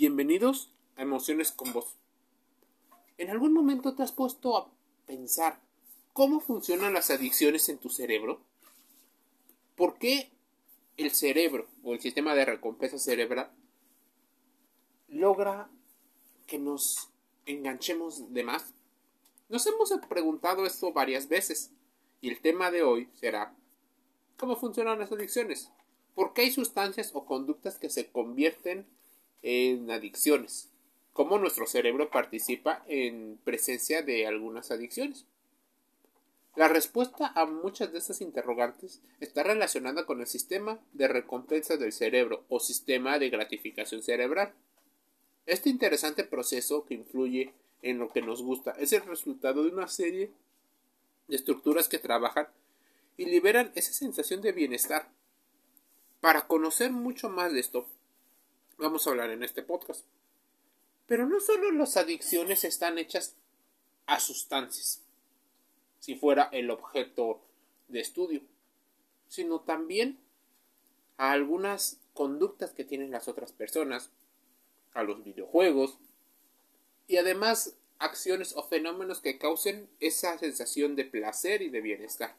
Bienvenidos a Emociones con Vos. ¿En algún momento te has puesto a pensar cómo funcionan las adicciones en tu cerebro? ¿Por qué el cerebro o el sistema de recompensa cerebral logra que nos enganchemos de más? Nos hemos preguntado esto varias veces y el tema de hoy será ¿cómo funcionan las adicciones? ¿Por qué hay sustancias o conductas que se convierten en adicciones? ¿Cómo nuestro cerebro participa en presencia de algunas adicciones? La respuesta a muchas de estas interrogantes está relacionada con el sistema de recompensa del cerebro o sistema de gratificación cerebral. Este interesante proceso que influye en lo que nos gusta es el resultado de una serie de estructuras que trabajan y liberan esa sensación de bienestar. Para conocer mucho más de esto, vamos a hablar en este podcast. Pero no solo las adicciones están hechas a sustancias, si fuera el objeto de estudio, sino también a algunas conductas que tienen las otras personas, a los videojuegos y además acciones o fenómenos que causen esa sensación de placer y de bienestar.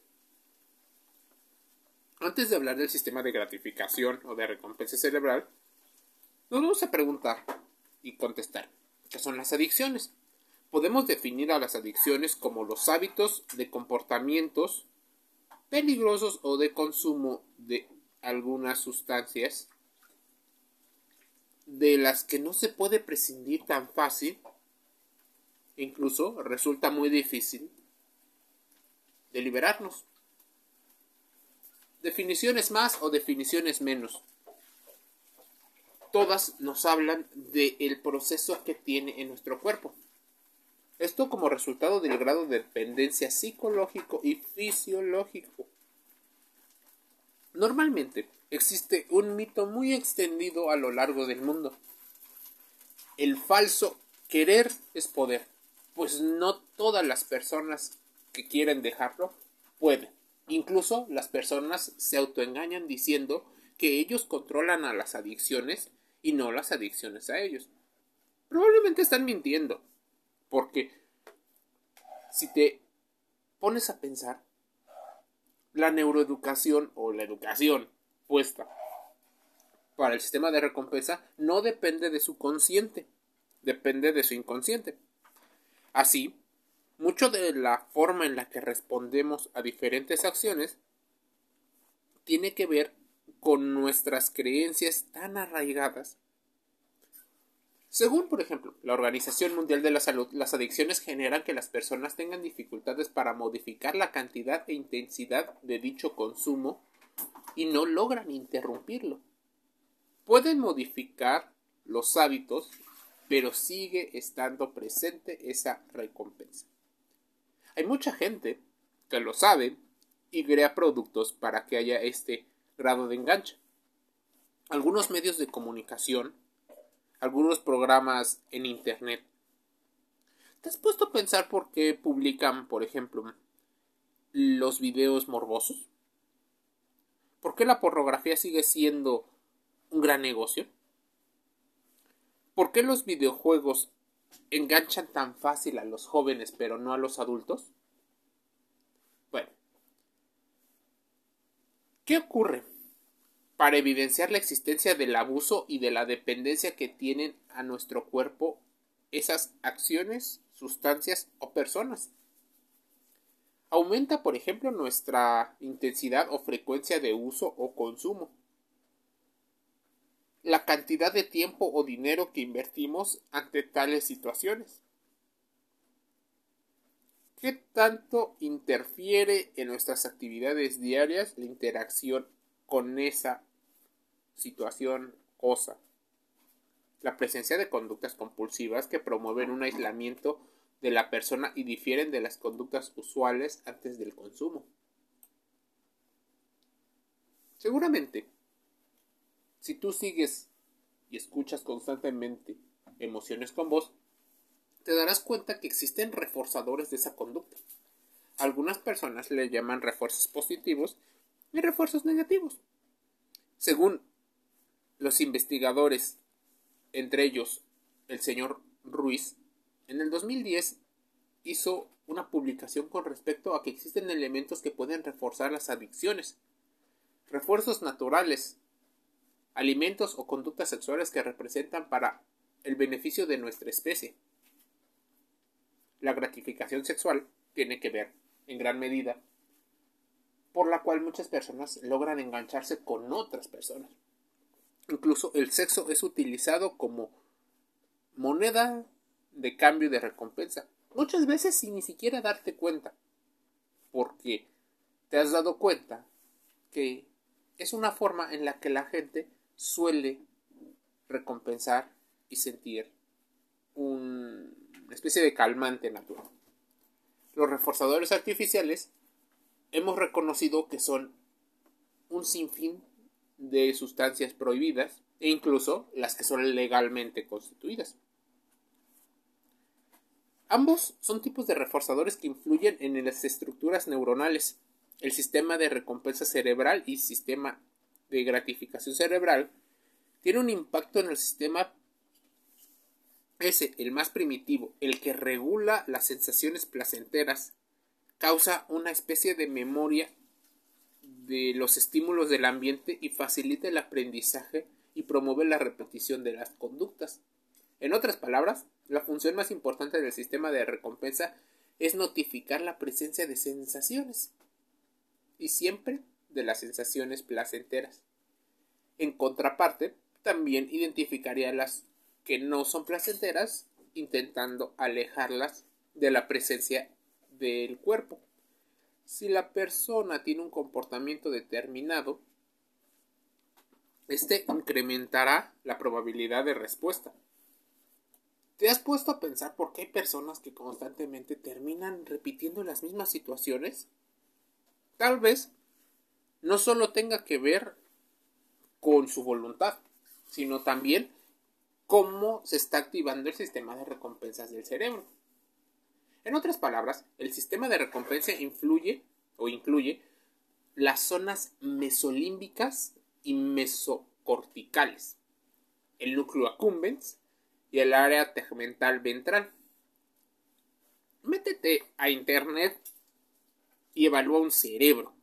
Antes de hablar del sistema de gratificación o de recompensa cerebral, nos vamos a preguntar y contestar ¿qué son las adicciones? Podemos definir a las adicciones como los hábitos de comportamientos peligrosos o de consumo de algunas sustancias de las que no se puede prescindir tan fácil, incluso resulta muy difícil de liberarnos. Definiciones más o definiciones menos. Todas nos hablan del proceso que tiene en nuestro cuerpo. Esto como resultado del grado de dependencia psicológico y fisiológico. Normalmente existe un mito muy extendido a lo largo del mundo. El falso querer es poder, pues no todas las personas que quieren dejarlo pueden. Incluso las personas se autoengañan diciendo que ellos controlan a las adicciones y no las adicciones a ellos. Probablemente están mintiendo, porque si te pones a pensar, la neuroeducación o la educación puesta para el sistema de recompensa no depende de su consciente, depende de su inconsciente. Así, mucho de la forma en la que respondemos a diferentes acciones tiene que ver con nuestras creencias tan arraigadas. Según, por ejemplo, la Organización Mundial de la Salud, las adicciones generan que las personas tengan dificultades para modificar la cantidad e intensidad de dicho consumo y no logran interrumpirlo. Pueden modificar los hábitos, pero sigue estando presente esa recompensa. Hay mucha gente que lo sabe y crea productos para que haya este grado de enganche. Algunos medios de comunicación, algunos programas en internet. ¿Te has puesto a pensar por qué publican, por ejemplo, los videos morbosos? ¿Por qué la pornografía sigue siendo un gran negocio? ¿Por qué los videojuegos enganchan tan fácil a los jóvenes pero no a los adultos? Bueno, ¿qué ocurre? Para evidenciar la existencia del abuso y de la dependencia que tienen a nuestro cuerpo esas acciones, sustancias o personas. Aumenta, por ejemplo, nuestra intensidad o frecuencia de uso o consumo. La cantidad de tiempo o dinero que invertimos ante tales situaciones. ¿Qué tanto interfiere en nuestras actividades diarias la interacción con esa situación, cosa? La presencia de conductas compulsivas que promueven un aislamiento de la persona y difieren de las conductas usuales antes del consumo. Seguramente, si tú sigues y escuchas constantemente Emociones con Vos, te darás cuenta que existen reforzadores de esa conducta. Algunas personas le llaman refuerzos positivos y refuerzos negativos. Según los investigadores entre ellos el señor Ruiz, en el 2010 hizo una publicación con respecto a que existen elementos que pueden reforzar las adicciones, refuerzos naturales, alimentos o conductas sexuales que representan para el beneficio de nuestra especie. La gratificación sexual tiene que ver, en gran medida, por la cual muchas personas logran engancharse con otras personas. Incluso el sexo es utilizado como moneda de cambio de recompensa, muchas veces sin ni siquiera darte cuenta, porque te has dado cuenta que es una forma en la que la gente suele recompensar y sentir una especie de calmante natural. Los reforzadores artificiales hemos reconocido que son un sinfín de sustancias prohibidas e incluso las que son legalmente constituidas. Ambos son tipos de reforzadores que influyen en las estructuras neuronales. El sistema de recompensa cerebral y sistema de gratificación cerebral tiene un impacto en el sistema el más primitivo, el que regula las sensaciones placenteras, causa una especie de memoria de los estímulos del ambiente y facilita el aprendizaje y promueve la repetición de las conductas. En otras palabras, la función más importante del sistema de recompensa es notificar la presencia de sensaciones, y siempre de las sensaciones placenteras. En contraparte, también identificaría las que no son placenteras, intentando alejarlas de la presencia del cuerpo. Si la persona tiene un comportamiento determinado, este incrementará la probabilidad de respuesta. ¿Te has puesto a pensar por qué hay personas que constantemente terminan repitiendo las mismas situaciones? Tal vez no solo tenga que ver con su voluntad, sino también cómo se está activando el sistema de recompensas del cerebro. En otras palabras, el sistema de recompensa incluye las zonas mesolímbicas y mesocorticales, el núcleo accumbens y el área tegmental ventral. Métete a internet y evalúa un cerebro,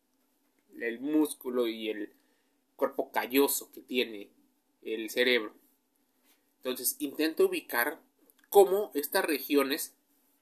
el músculo y el cuerpo calloso que tiene el cerebro. Entonces, intenta ubicar cómo estas regiones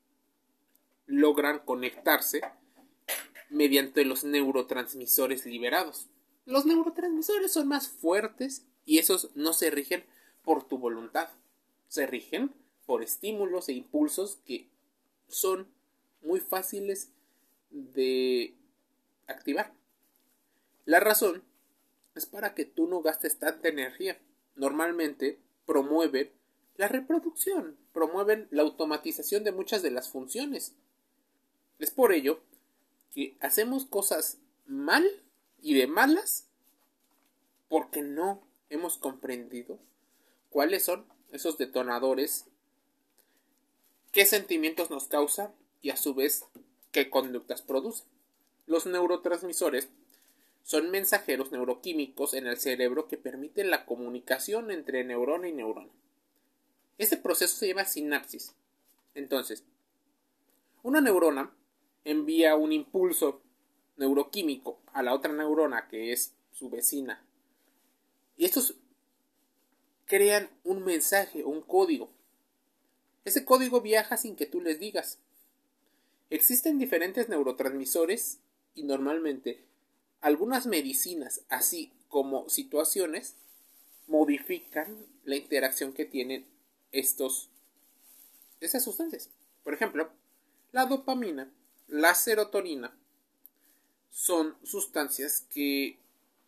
logran conectarse mediante los neurotransmisores liberados. Los neurotransmisores son más fuertes y esos no se rigen por tu voluntad. Se rigen por estímulos e impulsos que son muy fáciles de activar. La razón es para que tú no gastes tanta energía. Normalmente promueven la reproducción, promueven la automatización de muchas de las funciones. Es por ello que hacemos cosas mal y de malas porque no hemos comprendido cuáles son esos detonadores, qué sentimientos nos causa y a su vez qué conductas produce. Los neurotransmisores son mensajeros neuroquímicos en el cerebro que permiten la comunicación entre neurona y neurona. Este proceso se llama sinapsis. Entonces, una neurona envía un impulso neuroquímico a la otra neurona que es su vecina. Y estos crean un mensaje o un código. Ese código viaja sin que tú les digas. Existen diferentes neurotransmisores y normalmente algunas medicinas, así como situaciones, modifican la interacción que tienen esas sustancias. Por ejemplo, la dopamina, la serotonina, son sustancias que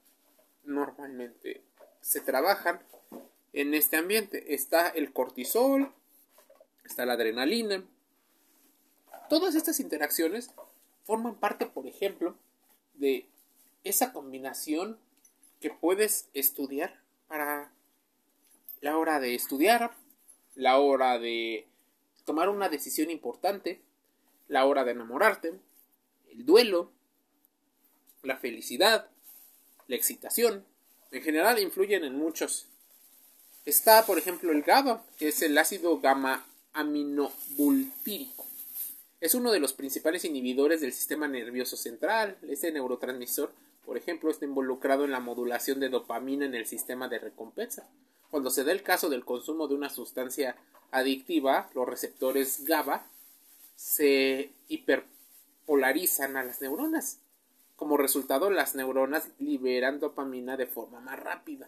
normalmente se trabajan en este ambiente. Está el cortisol, está la adrenalina. Todas estas interacciones forman parte, por ejemplo, de esa combinación que puedes estudiar para la hora de estudiar, la hora de tomar una decisión importante, la hora de enamorarte, el duelo, la felicidad, la excitación. En general influyen en muchos Está, por ejemplo, el GABA, que es el ácido gamma-aminobutírico. Es uno de los principales inhibidores del sistema nervioso central. Este neurotransmisor, por ejemplo, está involucrado en la modulación de dopamina en el sistema de recompensa. Cuando se da el caso del consumo de una sustancia adictiva, los receptores GABA se hiperpolarizan a las neuronas. Como resultado, las neuronas liberan dopamina de forma más rápida.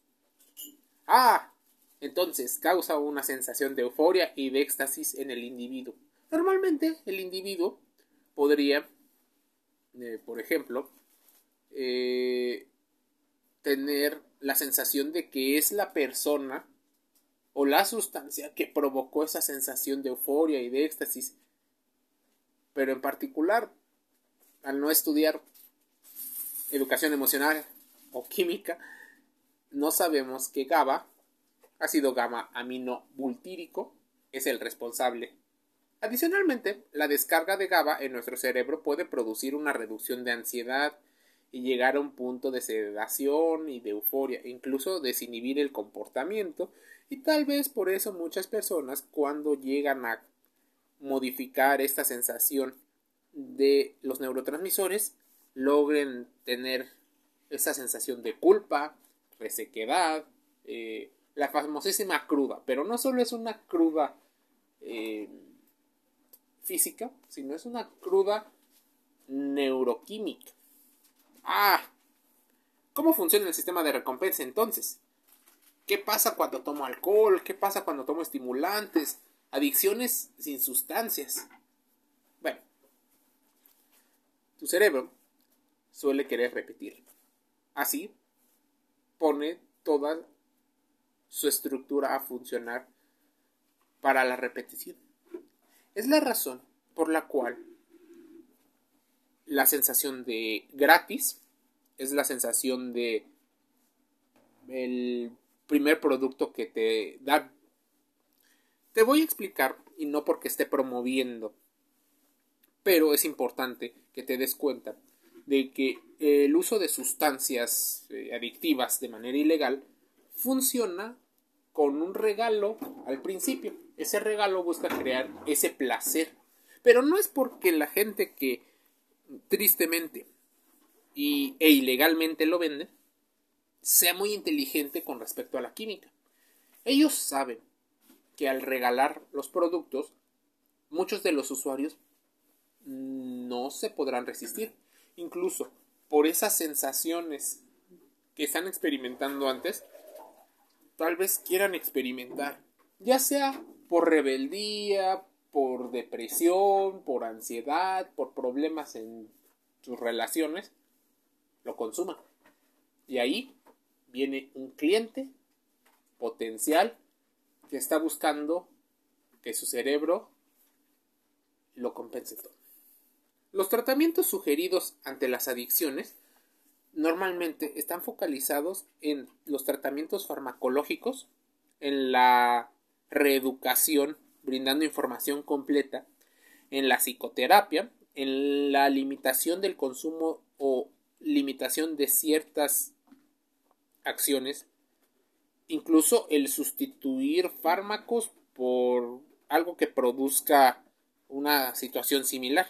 Entonces causa una sensación de euforia y de éxtasis en el individuo. Normalmente el individuo podría, por ejemplo, tener la sensación de que es la persona o la sustancia que provocó esa sensación de euforia y de éxtasis. Pero en particular, al no estudiar educación emocional o química, no sabemos que GABA, ácido gamma-aminobutírico, es el responsable. Adicionalmente, la descarga de GABA en nuestro cerebro puede producir una reducción de ansiedad y llegar a un punto de sedación y de euforia, incluso desinhibir el comportamiento, y tal vez por eso muchas personas, cuando llegan a modificar esta sensación de los neurotransmisores, logren tener esa sensación de culpa, resequedad, la famosísima cruda. Pero no solo es una cruda física, sino es una cruda neuroquímica. ¿Cómo funciona el sistema de recompensa entonces? ¿Qué pasa cuando tomo alcohol? ¿Qué pasa cuando tomo estimulantes? Adicciones sin sustancias. Bueno, tu cerebro suele querer repetir. Así pone toda su estructura a funcionar para la repetición. Es la razón por la cual la sensación de gratis es la sensación de el primer producto que te dan. Te voy a explicar, y no porque esté promoviendo, pero es importante que te des cuenta de que el uso de sustancias adictivas de manera ilegal funciona con un regalo al principio. Ese regalo busca crear ese placer, pero no es porque la gente que tristemente e ilegalmente lo vende sea muy inteligente con respecto a la química. Ellos saben que al regalar los productos, muchos de los usuarios no se podrán resistir. Incluso por esas sensaciones que están experimentando antes, tal vez quieran experimentar, ya sea por rebeldía, por depresión, por ansiedad, por problemas en sus relaciones, lo consuman. Y ahí viene un cliente potencial que está buscando que su cerebro lo compense todo. Los tratamientos sugeridos ante las adicciones normalmente están focalizados en los tratamientos farmacológicos, en la reeducación, brindando información completa, en la psicoterapia, en la limitación del consumo o limitación de ciertas acciones, incluso el sustituir fármacos por algo que produzca una situación similar.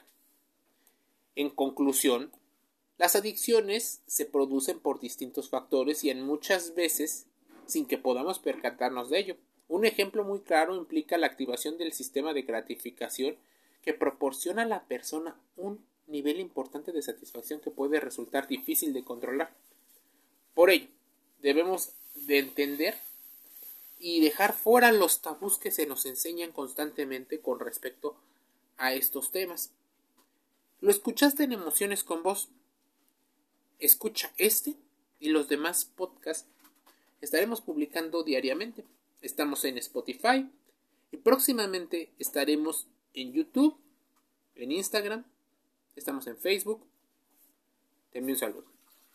En conclusión, las adicciones se producen por distintos factores y en muchas veces sin que podamos percatarnos de ello. Un ejemplo muy claro implica la activación del sistema de gratificación que proporciona a la persona un nivel importante de satisfacción que puede resultar difícil de controlar. Por ello, debemos de entender y dejar fuera los tabús que se nos enseñan constantemente con respecto a estos temas. ¿Lo escuchaste en Emociones con Voz? Escucha este y los demás podcasts. Estaremos publicando diariamente. Estamos en Spotify y próximamente estaremos en YouTube, en Instagram, estamos en Facebook. Te envío un saludo.